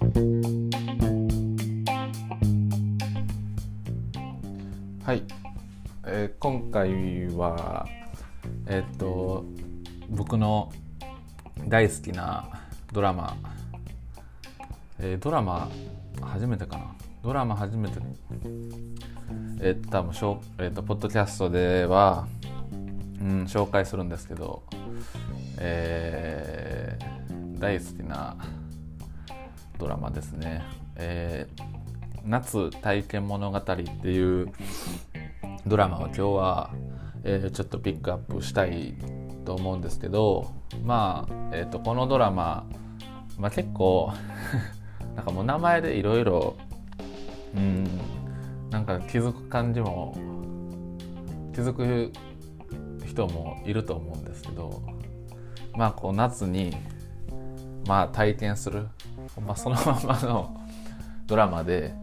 はい、今回は僕の大好きなドラマ、初めてかなドラマ初めて多分ポッドキャストでは、紹介するんですけど、大好きなドラマですね。夏体験物語っていうドラマを今日は、ちょっとピックアップしたいと思うんですけど、このドラマ、結構なんかもう名前でいろいろなんか気づく人もいると思うんですけど、こう夏に体験する、そのままのドラマで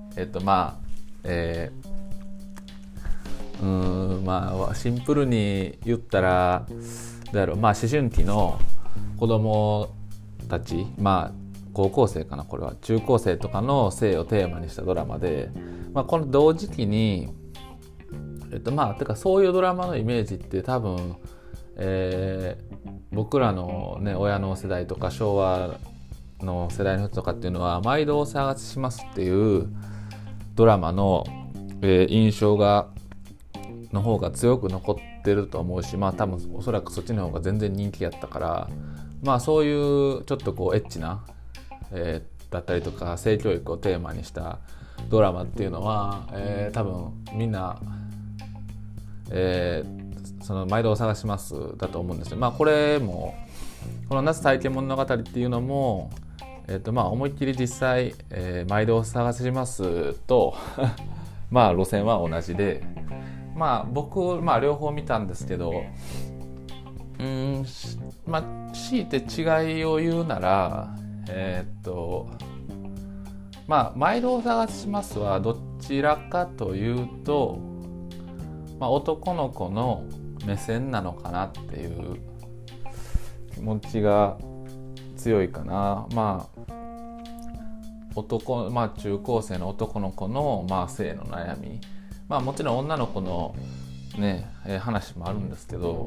シンプルに言ったら思春期の子供たち、高校生かな、これは中高生とかの性をテーマにしたドラマで、この同時期にてかそういうドラマのイメージって多分、僕らのね親の世代とか昭和の世代の人とかっていうのは毎度お騒がせしますっていうドラマの、印象の方が強く残ってると思うし、多分おそらくそっちの方が全然人気やったから、そういうちょっとこうエッチな、だったりとか性教育をテーマにしたドラマっていうのは、多分みんな、その毎度お探しますだと思うんですよ。これもこの夏体験物語っていうのも、思いっきり実際、毎度お探ししますと路線は同じで、僕両方見たんですけど、強いて違いを言うなら毎度お探ししますはどちらかというと、男の子の目線なのかなっていう気持ちが強いかな。中高生の男の子の、性の悩み、もちろん女の子のね、話もあるんですけど、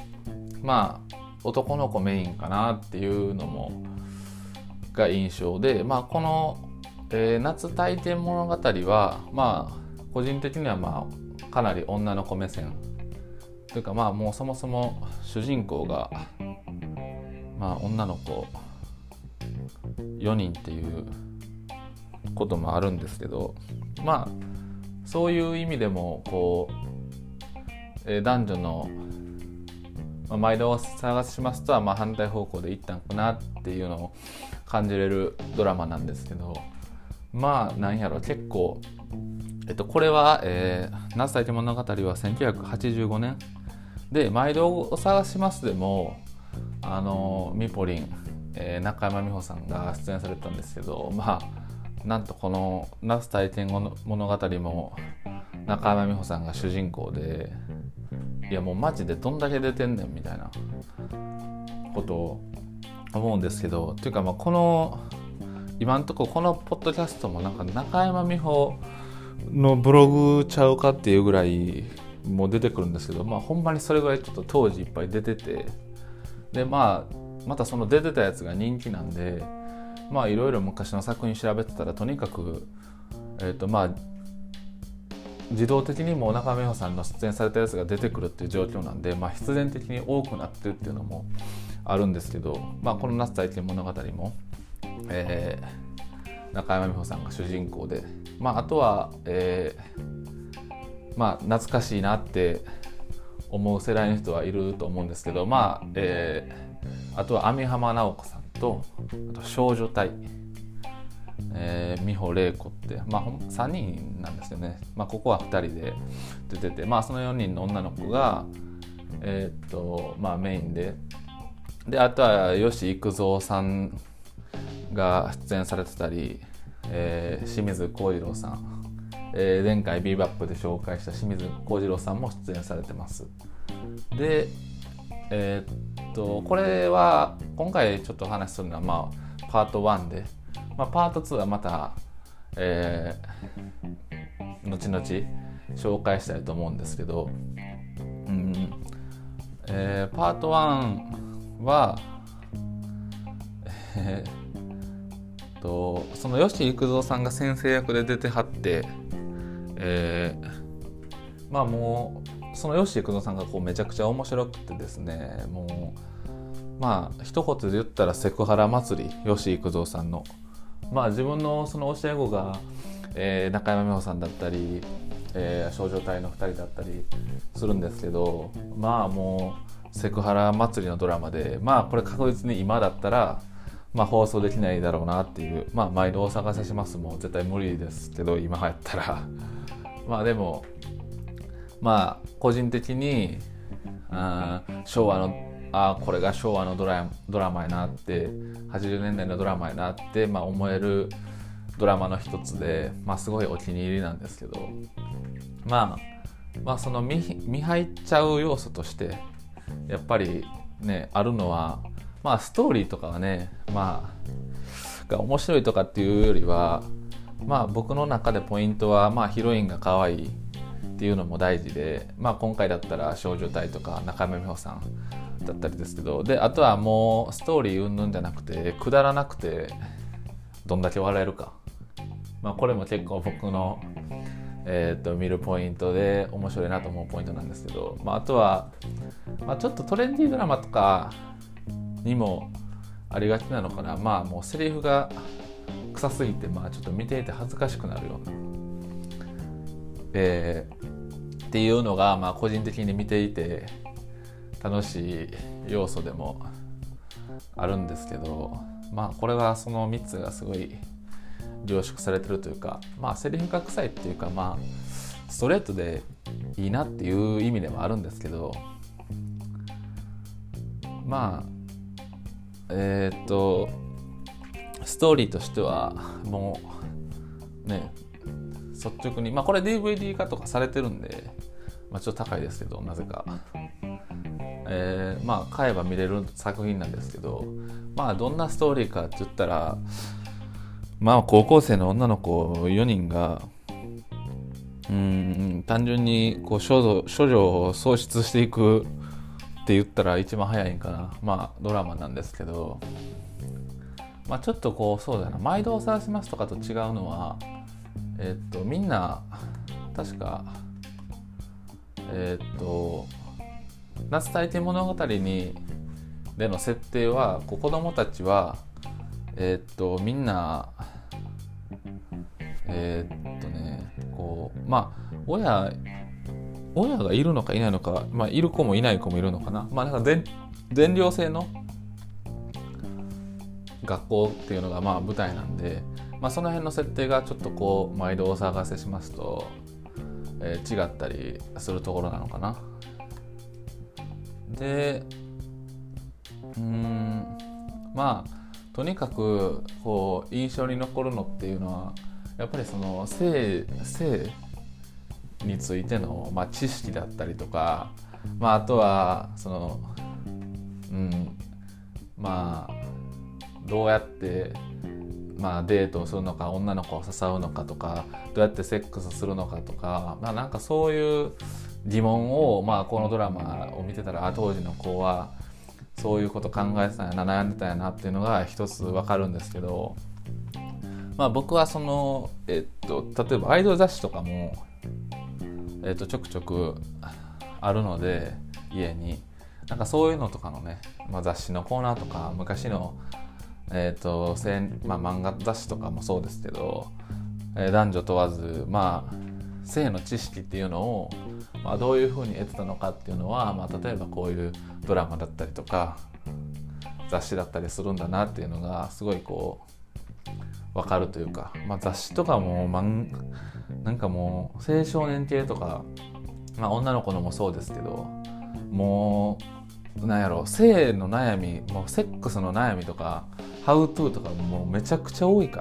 男の子メインかなっていうのもが印象で、この、夏体験物語は個人的にはかなり女の子目線というか、もうそもそも主人公が女の子4人っていうこともあるんですけど、そういう意味でもこう、男女の、毎度お探ししますとは反対方向でいったんかなっていうのを感じれるドラマなんですけど、なんやろ結構これは、夏体験物語は1985年で、毎度お探ししますでもミポリン、中山美穂さんが出演されてたんですけど、なんとこの夏体験物語も中山美穂さんが主人公で、いやもうマジでどんだけ出てんねんみたいなことを思うんですけど、というかこの今のところこのポッドキャストもなんか中山美穂のブログちゃうかっていうぐらいもう出てくるんですけど、ほんまにそれぐらいちょっと当時いっぱい出てて、でまたその出てたやつが人気なんで、いろいろ昔の作品調べてたらとにかく自動的にも中山美穂さんの出演されたやつが出てくるっていう状況なんで、必然的に多くなってるっていうのもあるんですけど、この夏体験物語も、中山美穂さんが主人公で、あとは、懐かしいなって思う世代の人はいると思うんですけど、あとは網浜直子さんと、あと少女隊、美穂玲子って、3人なんですよね。ここは2人で出てて、その4人の女の子が、メインで、あとは吉幾三さんが出演されてたり、清水幸次郎さん、前回ビーバップで紹介した清水幸次郎さんも出演されてます。で、これは今回ちょっとお話しするのはパート1で、 パート2はまた、後々紹介したいと思うんですけど、パート1は、その吉幾三さんが先生役で出てはって、もうその吉幾三さんがこうめちゃくちゃ面白くてですね、もう一言で言ったらセクハラ祭り、吉幾三さんの自分のその教え子が、中山美穂さんだったり、少女隊の2人だったりするんですけど、もうセクハラ祭りのドラマで、これ確実に今だったら放送できないだろうなっていう、毎度お探せしますも絶対無理ですけど、今やったらでも個人的に昭和のこれが昭和のドラマやなって、80年代のドラマやなって思えるドラマの一つで、すごいお気に入りなんですけど、その見入っちゃう要素としてやっぱりねあるのは、ストーリーとかはねが面白いとかっていうよりは、僕の中でポイントはヒロインが可愛いっていうのも大事で、今回だったら少女隊とか中山美穂さんだったりですけど、であとはもうストーリー云々じゃなくてくだらなくてどんだけ笑えるか、これも結構僕の、見るポイントで面白いなと思うポイントなんですけど、あとは、ちょっとトレンディードラマとかにもありがちなのかな、もうセリフが臭すぎて、ちょっと見ていて恥ずかしくなるような、っていうのが、個人的に見ていて楽しい要素でもあるんですけど、これはその3つがすごい凝縮されてるというか、セリフが臭いっていうか、ストレートでいいなっていう意味でもあるんですけど、ストーリーとしてはもうね率直に、これ DVD 化とかされてるんで、ちょっと高いですけどなぜか、買えば見れる作品なんですけど、どんなストーリーかって言ったら、高校生の女の子4人が単純にこう処女を喪失していくって言ったら一番早いんかな、ドラマなんですけど、ちょっとこうそうだな、毎度お探しますとかと違うのは、みんな確か夏体験物語での設定は、子供たちはみんなこう親がいるのかいないのか、いる子もいない子もいるのかな、なんか全寮制の学校っていうのが舞台なんで、その辺の設定がちょっとこう毎度お探せしますと、違ったりするところなのかな。でとにかくこう印象に残るのっていうのはやっぱりその性についての、知識だったりとか、あとはそのどうやってデートをするのか、女の子を誘うのかとか、どうやってセックスするのかとか、なんかそういう疑問を、このドラマを見てたら、当時の子はそういうこと考えてたんやな、悩んでたんやなっていうのが一つ分かるんですけど、僕はその、例えばアイドル雑誌とかも、ちょくちょくあるので家に、なんかそういうのとかのね、雑誌のコーナーとか昔の漫画雑誌とかもそうですけど、男女問わず性の知識っていうのを、どういうふうに得てたのかっていうのは、例えばこういうドラマだったりとか雑誌だったりするんだなっていうのがすごいこう分かるというか、雑誌とかもなんかもう青少年系とか、女の子のもそうですけど、もうなんやろ、性の悩み、もうセックスの悩みとかハウトゥーとかもうめちゃくちゃ多いから、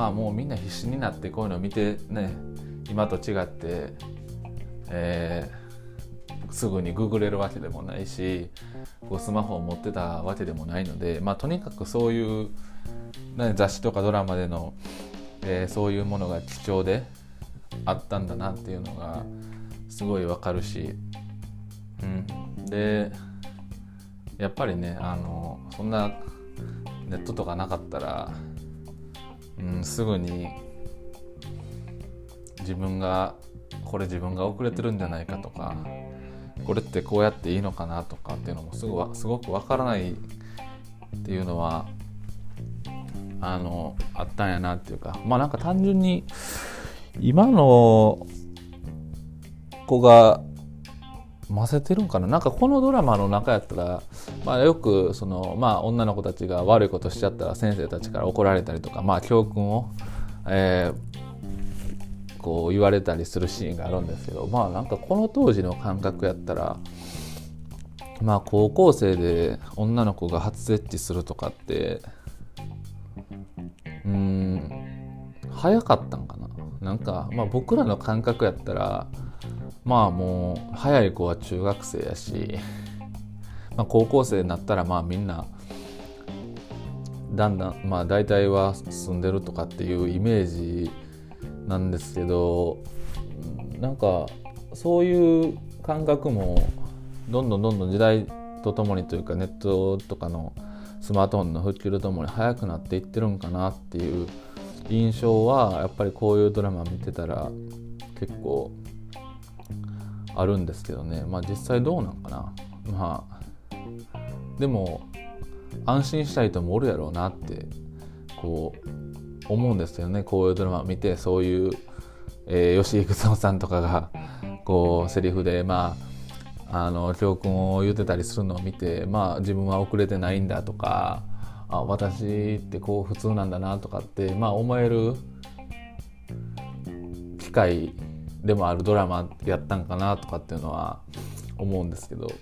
もうみんな必死になってこういうのを見てね、今と違って、 すぐにググれるわけでもないし、こうスマホを持ってたわけでもないので、とにかくそういう、雑誌とかドラマでの、そういうものが貴重であったんだなっていうのがすごいわかるし、でやっぱりね、そんなネットとかなかったら、すぐに自分が遅れてるんじゃないかとか、これってこうやっていいのかなとかっていうのもすごくわからないっていうのはあったんやなっていうか、なんか単純に今の子が混ぜてるんかな。なんかこのドラマの中やったら、よく女の子たちが悪いことしちゃったら先生たちから怒られたりとか、教訓を、こう言われたりするシーンがあるんですけど、なんかこの当時の感覚やったら、高校生で女の子が初エッチするとかって早かったんかな。なんか僕らの感覚やったらもう早い子は中学生やし、高校生になったらみんなだんだん大体は進んでるとかっていうイメージなんですけど、なんかそういう感覚もどんどん時代とともにというか、ネットとかのスマートフォンの普及とともに早くなっていってるんかなっていう印象はやっぱりこういうドラマ見てたら結構あるんですけどね。実際どうなんかな。でも安心したい人もおるやろうなってこう思うんですよね。こういうドラマを見て、そういう、吉幾三さんとかがこうセリフで教訓を言ってたりするのを見て、自分は遅れてないんだとか、私ってこう普通なんだなとかって思える機会でもあるドラマやったんかなとかっていうのは思うんですけど、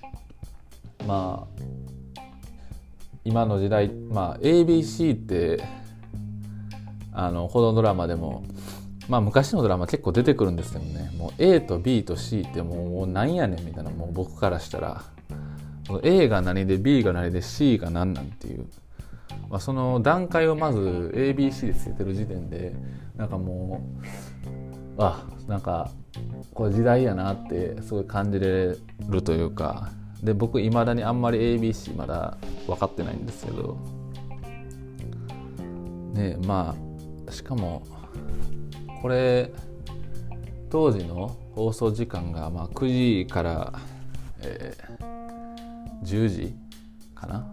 今の時代、ABC ってこのドラマでも昔のドラマ結構出てくるんですけどね、もう A と B と C ってもうなんやねんみたいな、もう僕からしたら A が何で B が何で C が何なんていう、その段階をまず ABC でつけてる時点でなんかもうなんかこれ時代やなってすごい感じれるというか、で僕未だにあんまり ABC まだ分かってないんですけどね。しかもこれ当時の放送時間が9時から、10時かな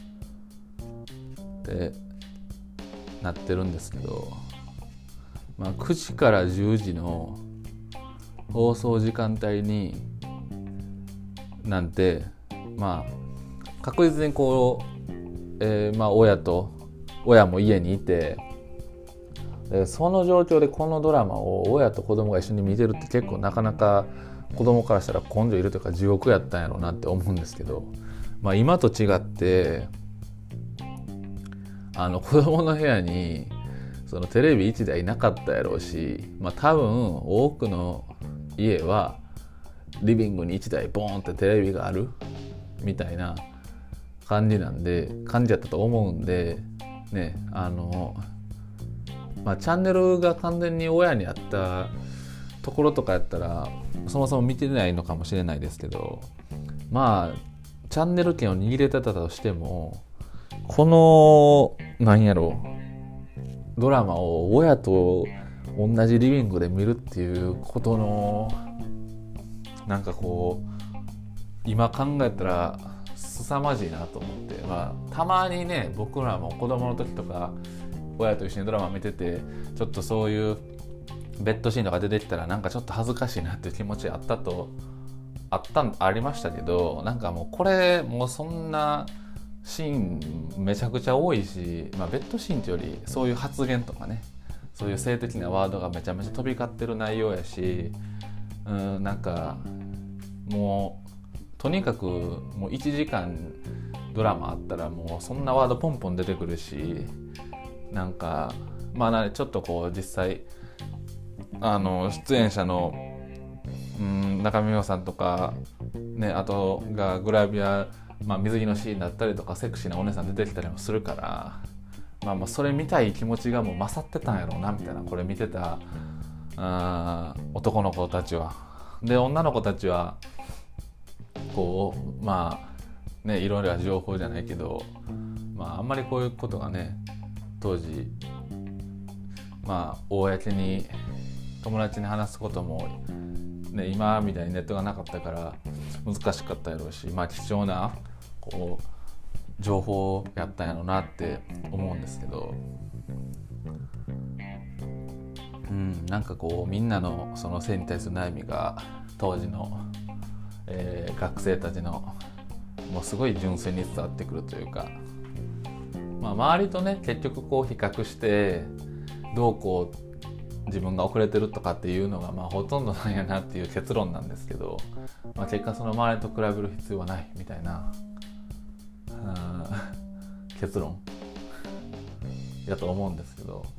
ってなってるんですけど、9時から10時の放送時間帯になんて確実にこう、親も家にいて、その状況でこのドラマを親と子供が一緒に見てるって結構なかなか子供からしたら根性いるというか地獄やったんやろうなって思うんですけど、今と違って子供の部屋にそのテレビ1台なかったやろうし、多分多くの家はリビングに1台ボーンってテレビがあるみたいな感じやったと思うんでね。チャンネルが完全に親にあったところとかやったらそもそも見てないのかもしれないですけど、チャンネル権を握れてたとしても、このドラマを親と同じリビングで見るっていうことのなんかこう今考えたら凄まじいなと思って、たまにね、僕らも子供の時とか親と一緒にドラマ見てて、ちょっとそういうベッドシーンとか出てきたらなんかちょっと恥ずかしいなっていう気持ちありましたけど、なんかもうこれもうそんなシーンめちゃくちゃ多いし、ベッドシーンというよりそういう発言とかね、そういう性的なワードがめちゃめちゃ飛び交ってる内容やし、なんかもうとにかくもう1時間ドラマあったらもうそんなワードポンポン出てくるし、なんかちょっとこう実際出演者の中身美穂さんとかね、あとがグラビア、水着のシーンだったりとかセクシーなお姉さん出てきたりもするから、それ見たい気持ちがもう勝ってたんやろうなみたいな、これ見てた男の子たちは。で女の子たちはこういろいろな情報じゃないけど、あんまりこういうことがね当時公に友達に話すことも、今みたいにネットがなかったから難しかったやろうし、貴重なこう情報やったんやろうなって思うんですけど、なんかこうみんなのその性に対する悩みが当時の、学生たちのもうすごい純粋に伝わってくるというか、周りとね結局こう比較してどうこう自分が遅れてるとかっていうのがほとんどなんやなっていう結論なんですけど、結果その周りと比べる必要はないみたいな結論やと思うんですけど、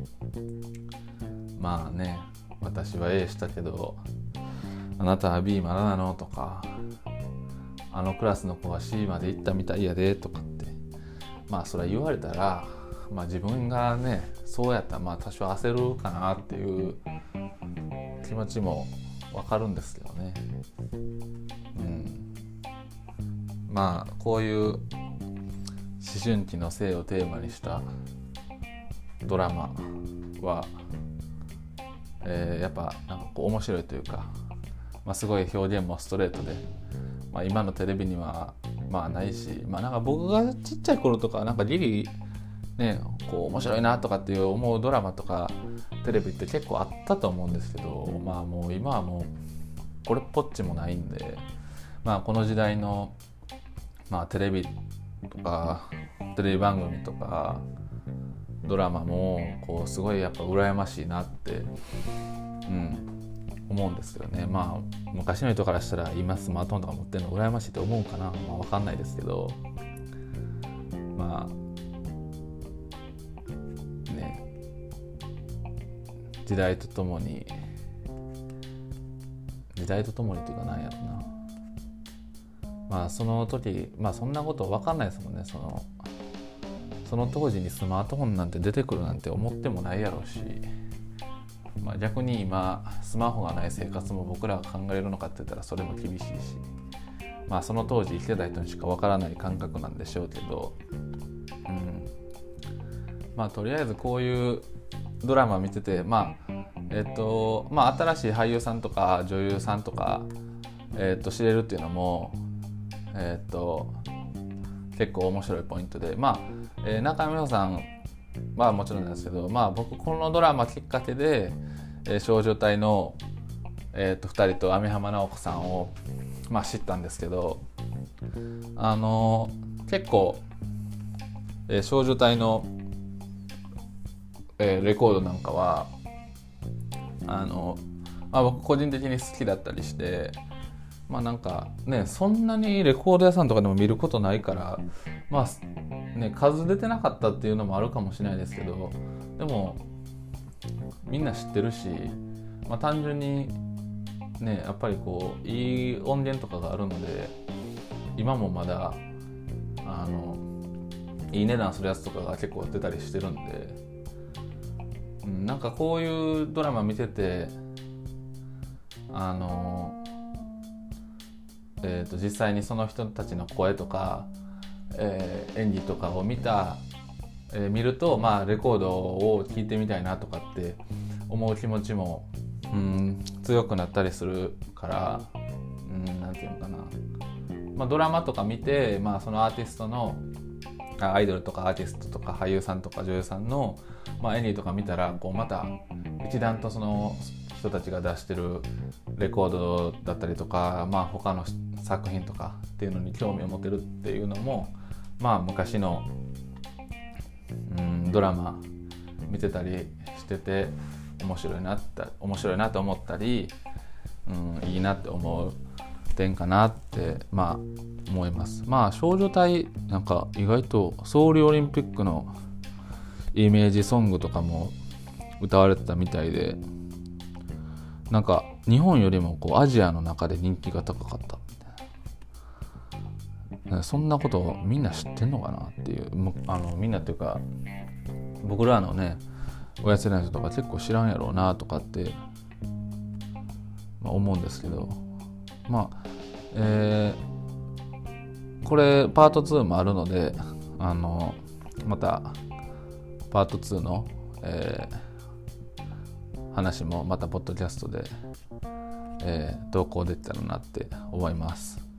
私は A したけどあなたは B まだなのとか、あのクラスの子は C まで行ったみたいやでとかってそれは言われたら、自分がねそうやったら多少焦るかなっていう気持ちもわかるんですけどね。こういう思春期の性をテーマにしたドラマは、やっぱなんかこう面白いというか、すごい表現もストレートで、今のテレビにはないし、なんか僕がちっちゃい頃とかなんかギリねこう面白いなとかっていう思うドラマとかテレビって結構あったと思うんですけど、もう今はもうこれっぽっちもないんで、この時代のテレビとかテレビ番組とかドラマもこうすごいやっぱ羨ましいなって、思うんですけどね。昔の人からしたら今スマートフォンとか持ってるの羨ましいと思うかな、分かんないですけど、時代とともにというかなんやろな、その時そんなこと分かんないですもんね。その当時にスマートフォンなんて出てくるなんて思ってもないやろうし、逆に今スマホがない生活も僕らが考えるのかって言ったらそれも厳しいし、その当時生きてた人にしか分からない感覚なんでしょうけど、とりあえずこういうドラマ見てて、新しい俳優さんとか女優さんとか、知れるっていうのも、結構面白いポイントで、中山美穂さんはもちろんなんですけど、僕このドラマきっかけで、少女隊の、2人と網浜直子さんを、知ったんですけど、結構、少女隊のレコードなんかは僕個人的に好きだったりして、なんかねそんなにレコード屋さんとかでも見ることないから、数出てなかったっていうのもあるかもしれないですけど、でもみんな知ってるし、単純にねやっぱりこういい音源とかがあるので、今もまだいい値段するやつとかが結構出たりしてるんで、なんかこういうドラマ見てて実際にその人たちの声とか、演技とかを見ると、レコードを聴いてみたいなとかって思う気持ちも、強くなったりするから、なんていうのかな、ドラマとか見て、そのアーティストのアイドルとかアーティストとか俳優さんとか女優さんの、演技とか見たらこうまた一段とその人たちが出してるレコードだったりとか、他の作品とかっていうのに興味を持てるっていうのも、昔の、ドラマ見てたりしてて面白いなと思ったり、いいなって思う点かなって思います。少女隊なんか意外とソウルオリンピックのイメージソングとかも歌われてたみたいで、なんか日本よりもこうアジアの中で人気が高かったみたいそんなことをみんな知ってんのかなっていう、みんなっていうか僕らのね親世代の人とか結構知らんやろうなとかって、思うんですけど、これパート2もあるので、またパート2の、話もまたポッドキャストで、投稿できたらなって思います。